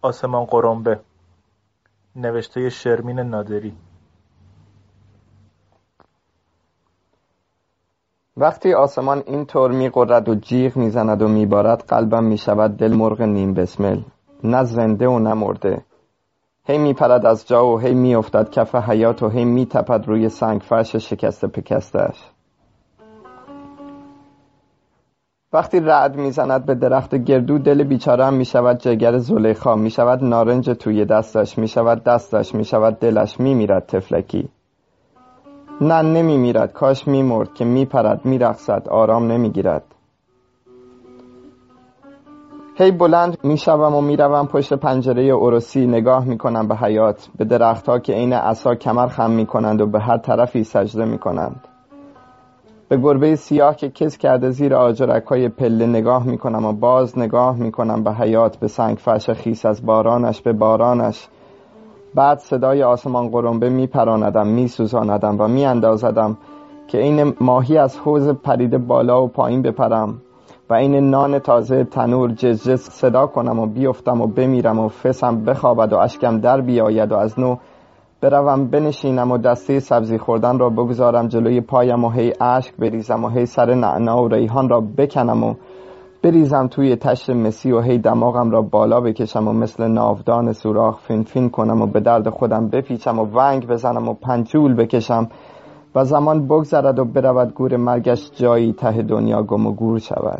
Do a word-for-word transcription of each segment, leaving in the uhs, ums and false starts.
آسمان قرنبه، نوشته شرمین نادری. وقتی آسمان این طور می غرد و جیغ می زند و می بارد، قلبم می شود دل مرغ نیم بسمل، نه زنده و نه مرده. هی می پرد از جا و هی می افتد کف حیات و هی می تپد روی سنگ فرش شکسته پکستش. وقتی رعد می زند به درخت گردو، دل بیچاره هم می شود جگر زلیخا، می شود نارنج توی دستش، می شود دستش، می شود دلش. می میرد تفلکی. نه نمی میرد، کاش می مرد که می پرد، می رقصد، آرام نمی گیرد. هی بلند می شوم و می روم پشت پنجره عروسی، نگاه می کنم به حیات، به درختها که عین عصا کمر خم می کنند و به هر طرفی سجده می کنند. به گربه سیاه که کز کرده زیر آجرک‌های پله نگاه می کنم و باز نگاه می کنم به حیات، به سنگ فرش خیس از بارانش، به بارانش. بعد صدای آسمان قرنبه می پراندم، می سوزاندم و می اندازدم که این ماهی از حوض پریده بالا و پایین بپرم و این نان تازه تنور جز جز صدا کنم و بیفتم و بمیرم و فسم بخوابد و اشکم در بیاید و از نو بروم بنشینم و دسته سبزی خوردن را بگذارم جلوی پایم و هی اشک بریزم و هی سر نعنا و ریحان را بکنم و بریزم توی تشت مسی و هی دماغم را بالا بکشم و مثل ناودان سوراخ فین فین کنم و به درد خودم بپیچم و ونگ بزنم و پنجول بکشم و زمان بگذرد و برود گور مرگش جایی ته دنیا گم و گور شود.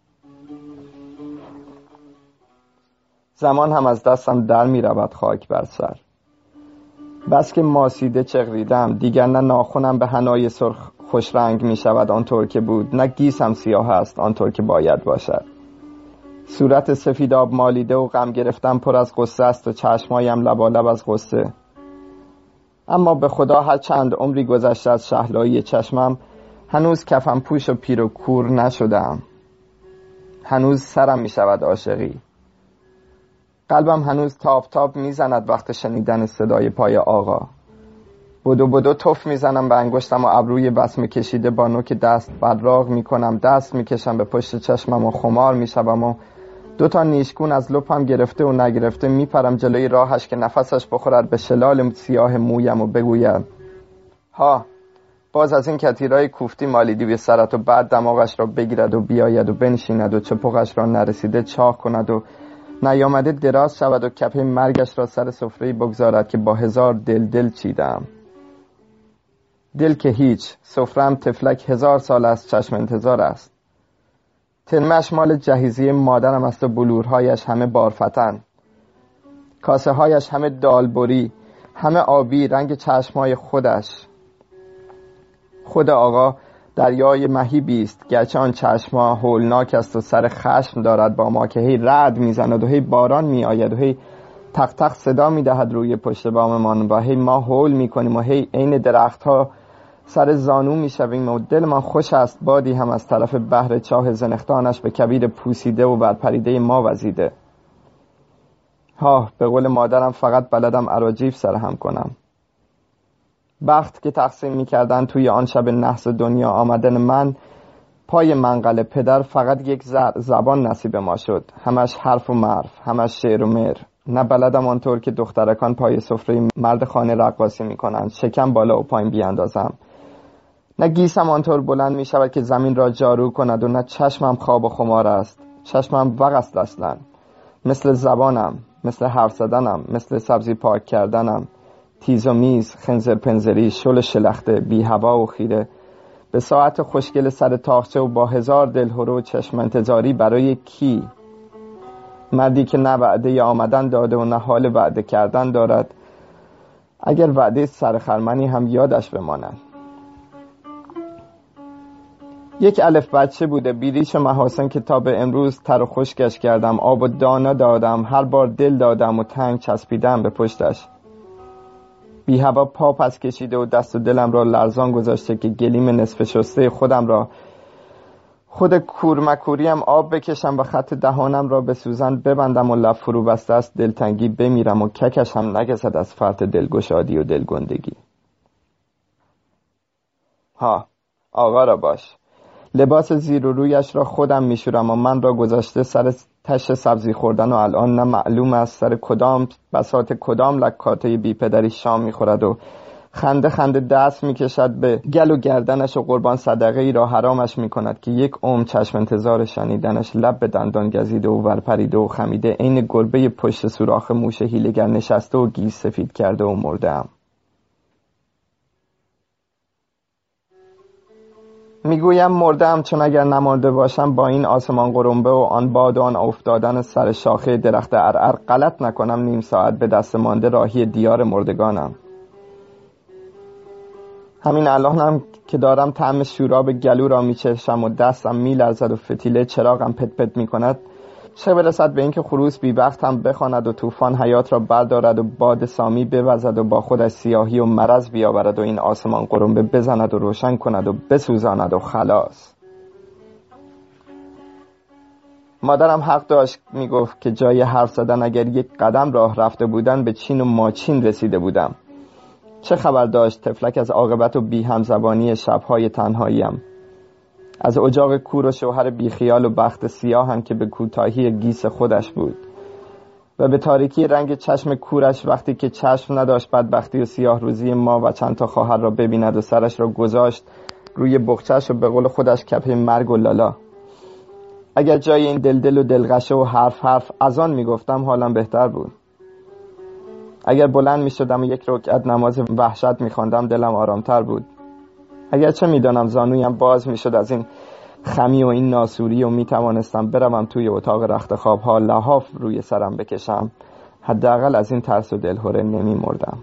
زمان هم از دستم در می رود خاک بر سر. بس که ماسیده چغریدم، دیگر نه ناخنم به حنای سرخ خوش رنگ می شود آنطور که بود، نه گیسم سیاه است آنطور که باید باشد. صورت سفیداب مالیده و غم گرفتم پر از غصه است و چشمایم لبالب از غصه. اما به خدا هر چند عمری گذشته از شهلایی چشمم، هنوز کفم پوش و پیر و کور نشدم. هنوز سرم می شود عاشقی. قلبم هنوز تاب تاب می زند وقت شنیدن صدای پای آقا. بدو بدو تف می زنم به انگشتم و ابروی بسمه کشیده با نوک دست براق می کنم، دست می کشم به پشت چشمم و خمار می شوم و دو تا نیشگون از لپم گرفته و نگرفته می پرم جلوی راهش که نفسش بخورد به شلال سیاه مویم و بگوید ها، باز از این کتیرای کوفتی مالیدی به سرت و بعد دماغش را بگیرد و بیاید و بنشیند و چپقش را نرسیده چاق کند و نیامده دراز شود و کپه مرگش را سر سفره بگذارد که با هزار دل دل چیدم. دل که هیچ، سفرم تفلک هزار سال است، چشم انتظار است. تلمش مال جهیزی مادرم است و بلورهایش همه بارفتن، کاسه هایش همه دالبری، همه آبی، رنگ چشمهای خودش. خود آقا دریای مهیبی است، گرچه آن چشمها هولناک است و سر خشم دارد با ما که هی رعد میزند و هی باران میآید و هی تق تق صدا میدهد روی پشت باممان و هی ما هول میکنیم و هی عین درختها سر زانو میشویم و دل ما خوش است. بادی هم از طرف بحر چاه زنختانش به کبیر پوسیده و برپریده ما وزیده. ها، به قول مادرم فقط بلدم اراجیف سرهم کنم. بخت که تقسیم میکردن توی آن شب نحس دنیا آمدن من پای منقل پدر، فقط یک زبان نصیب ما شد، همش حرف و مرف، همش شعر و مر. نه بلدم آنطور که دخترکان پای سفره مرد خانه رقاصی میکنند شکم بالا و پایین بیاندازم. نه گیسم آنطور بلند می شود که زمین را جارو کند و نه چشمم خواب و خمار است. چشمم وق است اصلا، مثل زبانم، مثل حرف زدنم، مثل سبزی پاک کردنم، تیز و میز، خنزر پنزری، شل شلخته، بی هوا و خیره، به ساعت خوشگل سر تاخچه و با هزار دلهره و چشم انتظاری. برای کی؟ مردی که نه وعده آمدن داده و نه حال وعده کردن دارد، اگر وعده سرخرمنی هم یادش بماند. یک الف بچه بوده، بیریش محاسن که تا به امروز تر و خشکش کردم، آب و دانه دادم، هر بار دل دادم و تنگ چسبیدم به پشتش. بی هوا پا پس کشیده و دست و دلم را لرزان گذاشته که گلیم نصف شسته خودم را، خود کورمکوریم آب بکشم و خط دهانم را به سوزن ببندم و لب فرو بسته است دلتنگی بمیرم و ککش هم نگزد از فرط دلگشادی و دلگندگی. ها، آقا را باش. لباس زیر و رویش را خودم میشورم و من را گذاشته سر تش سبزی خوردن و الان نه معلوم است سر کدام بساط کدام لکاته بی پدری شام میخورد و خنده خنده دست میکشد به گل و گردنش و قربان صدقه ای را حرامش میکند که یک عمر چشم انتظار شنیدنش لب به دندان گزیده و ورپریده و خمیده عین گربه پشت سوراخ موش هیلگر نشسته و گیس سفید کرده و مرده‌ام. میگویم مردم چون اگر نمرده باشم با این آسمان قرنبه و آن باد و آن افتادن سر شاخه درخت عرعر غلط نکنم نیم ساعت به دست مانده راهی دیار مردگانم. همین الان هم که دارم طعم شوراب گلو را میچشم و دستم میلرزد و فتیله چراغم پت پت میکند، چه برسد به اینکه خروس بی وقت هم بخواند و طوفان حیات را بردارد و باد سامی بوزد و با خودش سیاهی و مرض بیاورد و این آسمان قرنبه بزند و روشن کند و بسوزاند و خلاص. مادرم حق داشت میگفت که جای حرف زدن اگر یک قدم راه رفته بودن به چین و ماچین رسیده بودم. چه خبر داشت طفلک از عاقبت و بی همزبانی شبهای تنهاییم، از اجاق کور و شوهر بیخیال و بخت سیاه هم که به کوتاهی گیس خودش بود و به تاریکی رنگ چشم کورش وقتی که چشم نداشت بدبختی و سیاه روزی ما و چند تا خواهر را ببیند و سرش را گذاشت روی بخچه‌اش و به قول خودش کپه مرگ و لالا. اگر جای این دلدل و دلغشه و حرف حرف از آن میگفتم حالم بهتر بود. اگر بلند میشدم و یک رکعت نماز وحشت میخواندم دلم آرامتر بود. اگر چه میدانم زانویم باز میشد از این خمی و این ناسوری و میتوانستم بروم توی اتاق رخت خواب ها لحاف روی سرم بکشم، حداقل از این ترس و دلهره نمیمردم.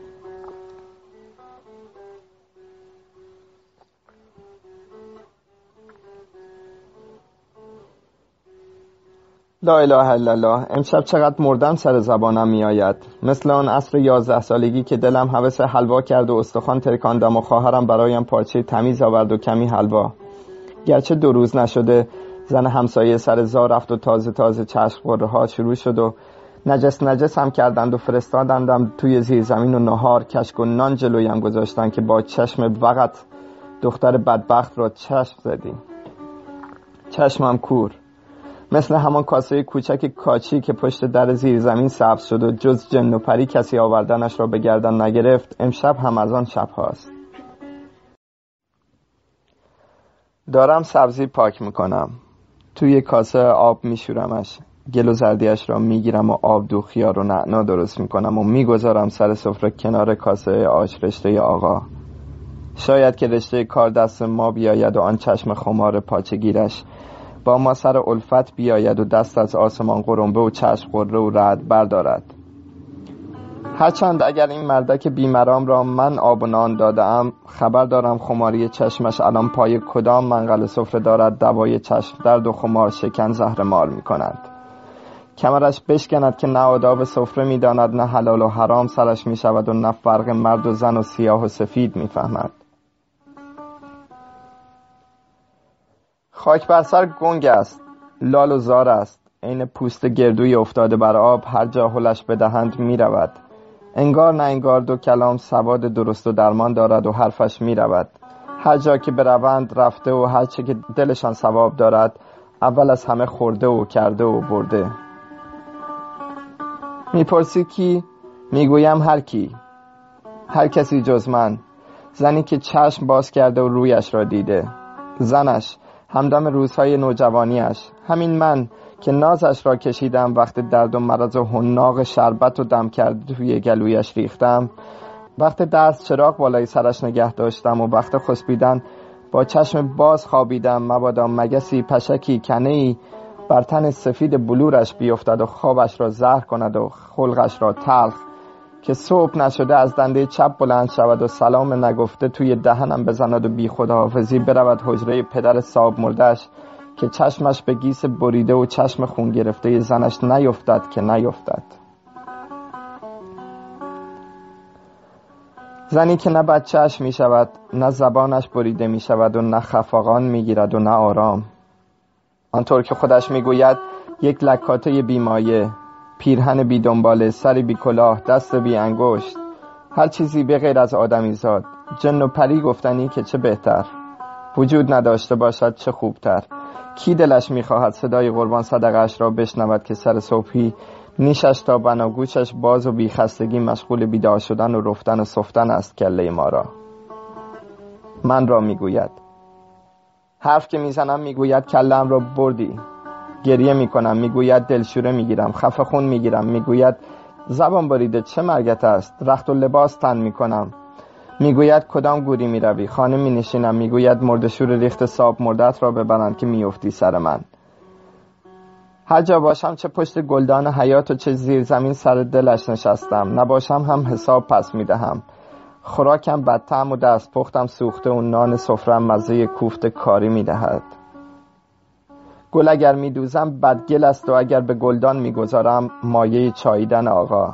لا اله الا الله. امشب چقدر مردم سر زبانم می آید، مثل آن عصر یازده سالگی که دلم هوس حلوا کرد و استخوان ترکاندم و خواهرم برایم پارچه تمیز آورد و کمی حلوا. گرچه دو روز نشده زن همسایه سر زا رفت و تازه تازه چشم قره ها شروع شد و نجس نجس هم کردند و فرستادندم توی زیر زمین و نهار کشک و نان جلویم گذاشتن که با چشم وقت دختر بدبخت را چشم زدی. چشمم کور، مثل همان کاسه کوچک کاچی که پشت در زیر زمین سبز شد و جز جن و پری کسی آوردنش را به گردن نگرفت. امشب هم از آن شب هاست. دارم سبزی پاک میکنم، توی کاسه آب میشورمش، گل و زردیش را میگیرم و آب دو خیار و نعنا درست میکنم و میگذارم سر سفره کنار کاسه آش رشته آقا. شاید که رشته کار دست ما بیاید و آن چشم خمار پاچگیرش با ما سر الفت بیاید و دست از آسمان قرنبه و چشم قره و رعد بردارد. هرچند اگر این مردک بیمرام را من آب و نان دادم، خبر دارم خماری چشمش الان پای کدام منقل سفره دارد دوای چشم درد و خمار شکن زهر مار می کند. کمرش بشکند که نه آداب سفره می داند، نه حلال و حرام سرش می شود و نه فرق مرد و زن و سیاه و سفید می فهمد. خاک بر سر گنگ است، لال و زار است، عین پوست گردوی افتاده بر آب، هر جا هلش بدهند می رود. انگار نه انگار دو کلام سواد درست و درمان دارد و حرفش می رود. هر جا که بروند رفته و هر چه که دلشان ثواب دارد اول از همه خورده و کرده و برده. میپرسی کی؟ میگویم هر کی، هر کسی جز من. زنی که چشم باز کرده و رویش را دیده، زنش، همدم روزهای نوجوانیش، همین من که نازش را کشیدم وقت درد و مرض و حناق شربت و دم کرده توی گلویش ریختم، وقت درس چراغ بالای سرش نگه داشتم و وقت خسبیدن با چشم باز خوابیدم مبادا مگسی پشکی کنه‌ای بر تن سفید بلورش بیفتد و خوابش را زهر کند و خلقش را تلخ، که صبح نشده از دنده چپ بلند شود و سلام نگفته توی دهنم بزند و بی خداحافظی برود حجره پدر صاحب مردش که چشمش به گیس بریده و چشم خون گرفته زنش نیفتد که نیفتد. زنی که نه بچه‌اش می شود، نه زبانش بریده می شود و نه خفقان می گیرد و نه آرام. آنطور که خودش می گوید یک لکاته بیمایه، پیرهن بی دنباله، سری بی کلاه، دست بی انگشت، هر چیزی به غیر از آدمی زاد. جن و پری گفتنی که چه بهتر، وجود نداشته باشد چه خوبتر، کی دلش میخواهد صدای قربان صدقه‌اش را بشنود که سر صبحی نیشش تا بناگوشش باز و بیخستگی مشغول بیدار شدن و رفتن و سفتن است کله ما را. من را میگوید، حرف که میزنم میگوید کله‌ام را بردی. گریه میکنم میگوید دلشوره میگیرم. خفه خون میگیرم میگوید زبان بریده چه مرگت است. رخت و لباس تن میکنم میگوید کدام گوری میروی. خانه مینشینم میگوید مردشور ریخت صاحب مردت را ببرند که میافتی سر من. هر جا باشم چه پشت گلدان حیات و چه زیر زمین سر دلش نشستم. نباشم هم حساب پس میدهم. خوراکم بدطعم و دست پختم سوخته و نان سفرم مزه کوفت کاری میدهد. گل اگر میدوزم بدگل است و اگر به گلدان میگذارم مایه چاییدن آقا.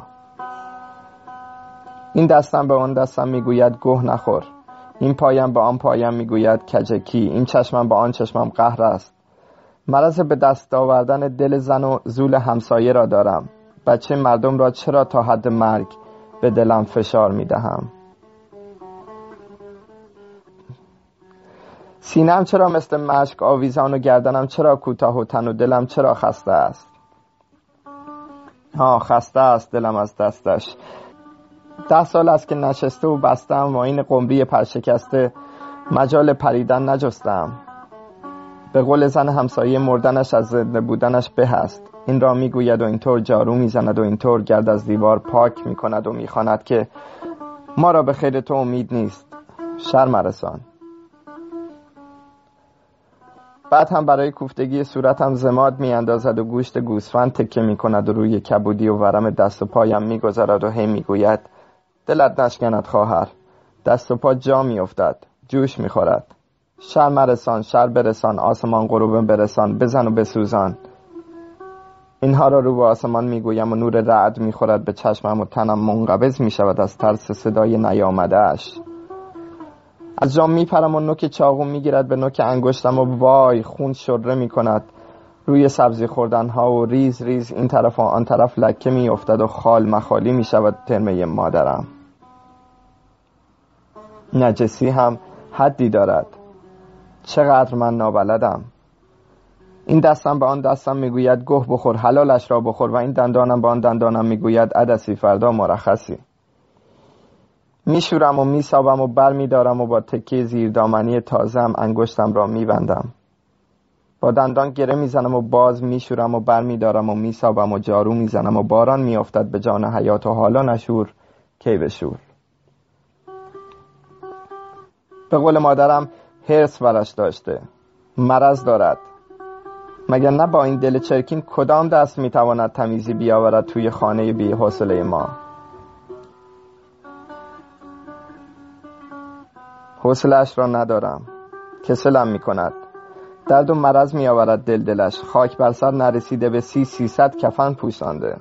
این دستم به آن دستم میگوید گوه نخور. این پایم به آن پایم میگوید کجکی. این چشمم به آن چشمم قهر است. مرض به دست آوردن دل زن و زول همسایه را دارم. بچه مردم را چرا تا حد مرگ به دلم فشار میدهم؟ سینم چرا مثل مشک آویزان و گردنم چرا کوتاه و تن و دلم چرا خسته است؟ ها خسته است دلم از دستش. ده سال است که نشسته و بستم و این قمری پرشکسته مجال پریدن نجستم. به قول زن همسایه مردنش از زنده بودنش به است. این را میگوید و اینطور جارو میزند و اینطور گرد از دیوار پاک میکند و میخواند که ما را به خیر تو امید نیست. شرم رسان. بعد هم برای کوفتگی صورتم زماد میاندازد و گوشت گوسفند تکه میکند و روی کبودی و ورم دست و پایم میگذارد و هی میگوید دلت نشکند خواهر. دست و پا جا میافتد، جوش میخورد. شر مرسان، شر برسان، آسمان غروب برسان، بزن و بسوزان. اینها را رو به آسمان میگویم و نور رعد میخورد به چشمم و تنم منقبض میشود از ترس صدای نیامده اش. از جام میپرم و نوک چاقو میگیرد به نوک انگشتم و وای خون شره میکند روی سبزی خوردن ها و ریز ریز این طرف و آن طرف لکه میافتد و خال مخالی میشود ترمه مادرم. نجسی هم حدی دارد. چقدر من نابلدم. این دستم به آن دستم میگوید گوه بخور، حلالش را بخور، و این دندانم به آن دندانم میگوید عدسی فردا مرخصی. میشورم و میسابم و بر میدارم و با تکه زیر دامنی تازم انگشتم را میبندم. با دندان گره میزنم و باز میشورم و بر میدارم و میسابم و جارو میزنم و باران میافتد به جان حیات و حالا نشور کی بشور. به قول مادرم هرس ورش داشته، مرض دارد. مگر نه با این دل چرکین کدام دست میتواند تمیزی بیاورد توی خانه بی حوصله ما؟ حوصله‌اش را ندارم. کسلم میکند. درد و مرض میآورد دل دلش. خاک بر سر نرسیده به سی سیصد کفن پوشانده.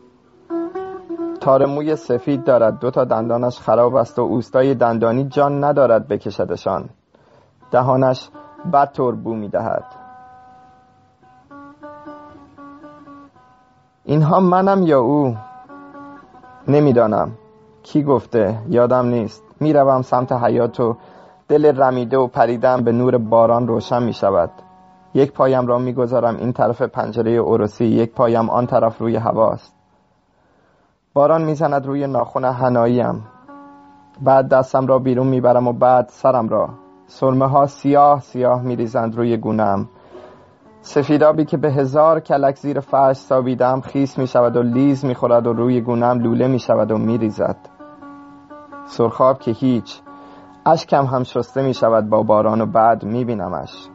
تار موی سفید دارد. دو تا دندانش خراب است و اوستای دندانی جان ندارد بکشدشان. دهانش بد طور بو میدهد. اینها منم یا او؟ نمیدانم. کی گفته؟ یادم نیست. میروم سمت حیاط و دل رمیده و پریدم به نور باران روشن می شود. یک پایم را می گذارم این طرف پنجره عروسی، یک پایم آن طرف روی هواست. باران می زند روی ناخن حناییم. بعد دستم را بیرون می برم و بعد سرم را. سرمه ها سیاه سیاه می ریزند روی گونه‌ام. سفیدابی که به هزار کلک زیر فرش سابیدم خیس می شود و لیز می خورد و روی گونه‌ام لوله می شود و می ریزد. سرخاب که هیچ. اشکم هم شسته می شود با باران و بعد می بینمش.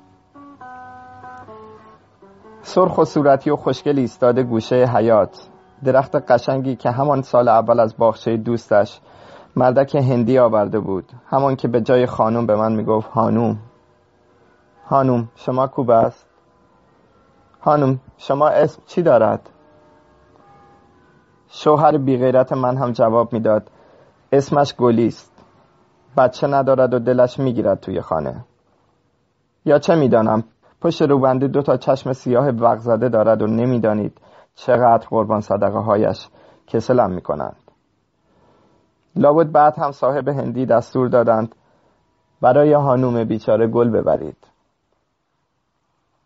سرخ و صورتی و خوشگل ایستاده گوشه حیاط. درخت قشنگی که همان سال اول از باغچه دوستش مردک هندی آورده بود. همان که به جای خانوم به من می گفت هانوم. هانوم شما خوب است؟ هانوم شما اسم چی دارد؟ شوهر بی غیرت من هم جواب می داد اسمش گلیست. بچه ندارد و دلش میگیرد توی خانه. یا چه میدانم پشت روبنده دو تا چشم سیاه وق زده دارد و نمیدانید چقدر قربان صدقه هایش کسلم میکنند. لابد بعد هم صاحب هندی دستور دادند برای هانوم بیچاره گل ببرید.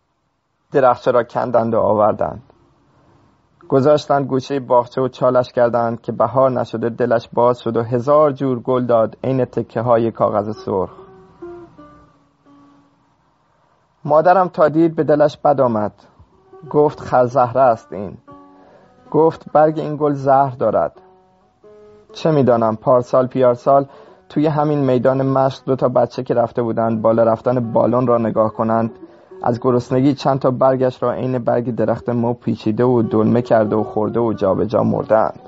درخچه را کندند و آوردند. گذاشتند گوشه باغچه و چالش کردند که بهار نشده دلش باز شد و هزار جور گل داد عین تکه های کاغذ سرخ. مادرم تا دید به دلش بد آمد. گفت خرزهره است این. گفت برگ این گل زهر دارد. چه میدانم، پارسال پیارسال توی همین میدان مشق دو تا بچه که رفته بودند بالا رفتن بالون را نگاه کنند، از گرسنگی چند تا برگش را عین برگ درخت مو پیچیده و دلمه کرده و خورده و جا به جا مردند.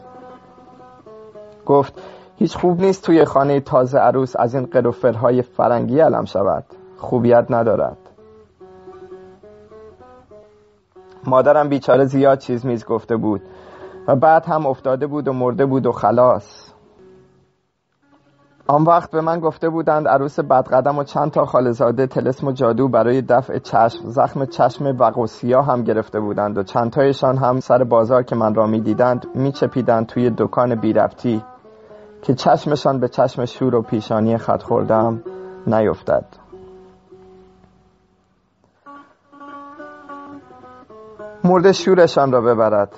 گفت هیچ خوب نیست توی خانه تازه عروس از این قروفرهای فرنگی علم شود. خوبیت ندارد. مادرم بیچاره زیاد چیز میز گفته بود و بعد هم افتاده بود و مرده بود و خلاص. آن وقت به من گفته بودند عروس بدقدم و چند تا خاله‌زاده طلسم و جادو برای دفع چشم زخم چشم وقوسیا هم گرفته بودند و چند تایشان هم سر بازار که من را می دیدند می چپیدند توی دکان بی ربطی که چشمشان به چشم شور و پیشانی خط خوردم نیفتد. مرده شورشان را ببرد.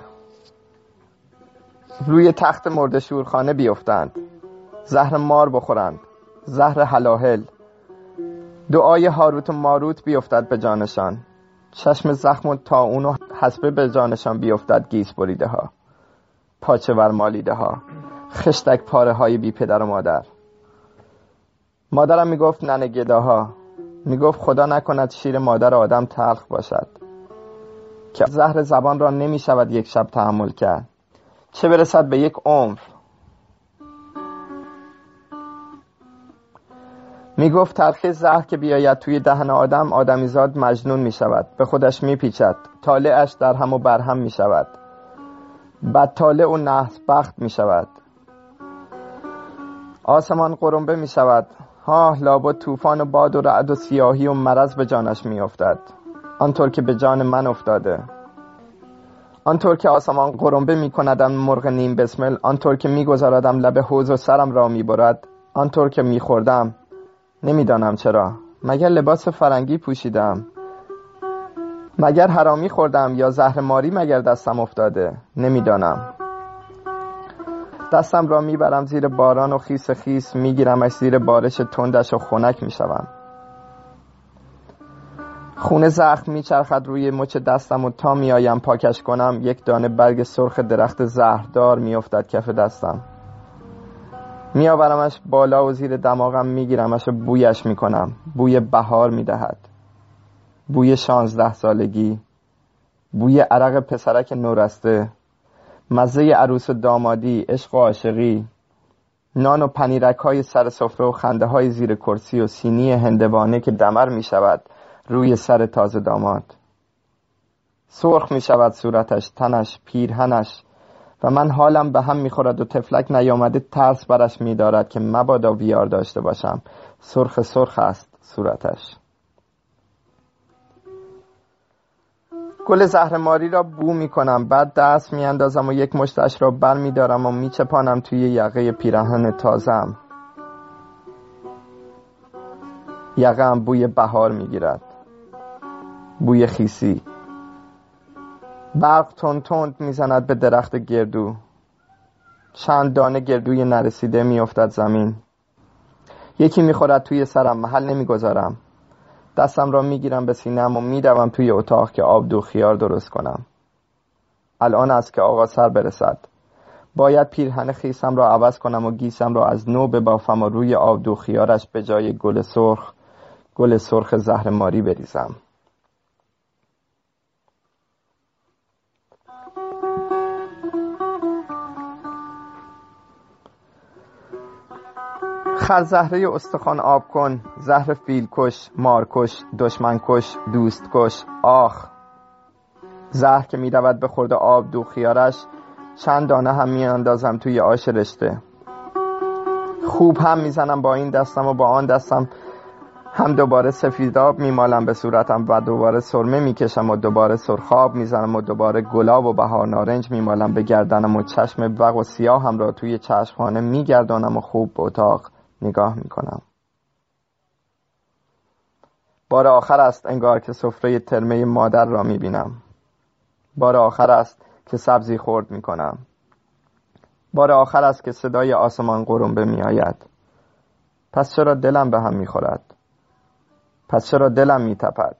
روی تخت مرده شورخانه بیفتند. زهر مار بخورند. زهر هلاهل. دعای هاروت و ماروت بیفتد به جانشان. چشم زخم و طاعون و حسبه به جانشان بیفتد گیس بریده ها. پاچه ور مالیده ها. خشتک پاره های بی پدر و مادر. مادرم میگفت ننه گداها. میگفت خدا نکند شیر مادر آدم تلخ باشد که زهر زبان را نمی شود یک شب تحمل کرد، چه برسد به یک عمر. می گفت تلخی زهر که بیاید توی دهن آدم آدمیزاد مجنون می شود، به خودش می پیچد، طالعش در هم و بر هم می شود، بد طالع و نحس بخت می شود، آسمان قرنبه می شود. ها لابد طوفان و باد و رعد و سیاهی و مرض به جانش می افتد، آنطور که به جان من افتاده. آنطور که آسمان قرنبه می کندم مرغ نیم بسمل، آنطور که می گذاردم لب حوض و سرم را می برد، آنطور که می خوردم. نمیدانم چرا. مگر لباس فرنگی پوشیدم؟ مگر حرامی خوردم یا زهر ماری مگر دستم افتاده؟ نمیدانم. دستم را میبرم زیر باران و خیس خیس میگیرمش زیر بارش تندش و خنک میشوم. خون زخم میچرخد روی مچ دستم و تا میایم پاکش کنم یک دانه برگ سرخ درخت زهردار میافتد کف دستم. میآورمش بالا و زیر دماغم میگیرمش و بویش میکنم. بوی بهار میدهد، بوی شانزده سالگی، بوی عرق پسرک نورسته، مزه عروس و دامادی، عشق و عاشقی، نان و پنیرک های سر سفره و خنده های زیر کرسی و سینی هندوانه که دمر می شود روی سر تازه داماد. سرخ می شود صورتش، تنش، پیرهنش و من حالم به هم می خورد و تفلک نیامده ترس برش می دارد که مبادا ویار داشته باشم. سرخ سرخ است صورتش. گل زهرماری را بو می کنم، بعد دست می اندازم و یک مشتش را بر می دارم و می چپانم توی یقه پیراهن تازم. یقه هم بوی بهار می گیرد، بوی خیسی. برق تند تند می زند به درخت گردو. چند دانه گردوی نرسیده می افتد زمین. یکی می خورد توی سرم، محل نمی گذارم. دستم را می گیرم به سینم و می دوم توی اتاق که آب دو خیار درست کنم. الان است که آقا سر برسد. باید پیرهن خیسم را عوض کنم و گیسم را از نو ببافم و روی آب دو خیارش به جای گل سرخ گل سرخ زهرماری بریزم. خر زهره استخوان آب کن، زهر فیلکش، مارکش، دشمنکش، دوستکش. آخ، زهر که می رود به خورد آب دو خیارش، چند دانه هم می اندازم توی آش رشته. خوب هم می زنم با این دستم و با آن دستم، هم دوباره سفیداب می مالم به صورتم و دوباره سرمه می کشم و دوباره سرخاب می زنم و دوباره گلاب و بهار نارنج می مالم به گردنم و چشم وق و سیاه هم را توی چشمخانه می گردانم و خوب به اتاق نگاه می کنم. بار آخر است انگار که سفره ترمه مادر را میبینم. بار آخر است که سبزی خورد میکنم. بار آخر است که صدای آسمان قرنبه میآید. پس چرا دلم به هم میخورد؟ پس چرا دلم میتپد؟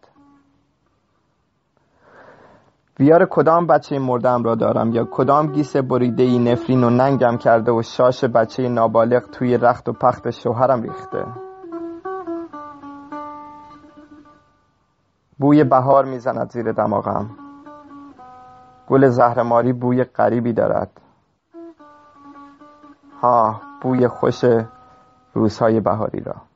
ویار کدام بچه مردم را دارم، یا کدام گیس بریده‌ای نفرین و ننگم کرده و شاش بچه نابالغ توی رخت و پخت شوهرم ریخته؟ بوی بهار میزند زیر دماغم. گل زهرماری بوی غریبی دارد. ها، بوی خوش روزهای بهاری را.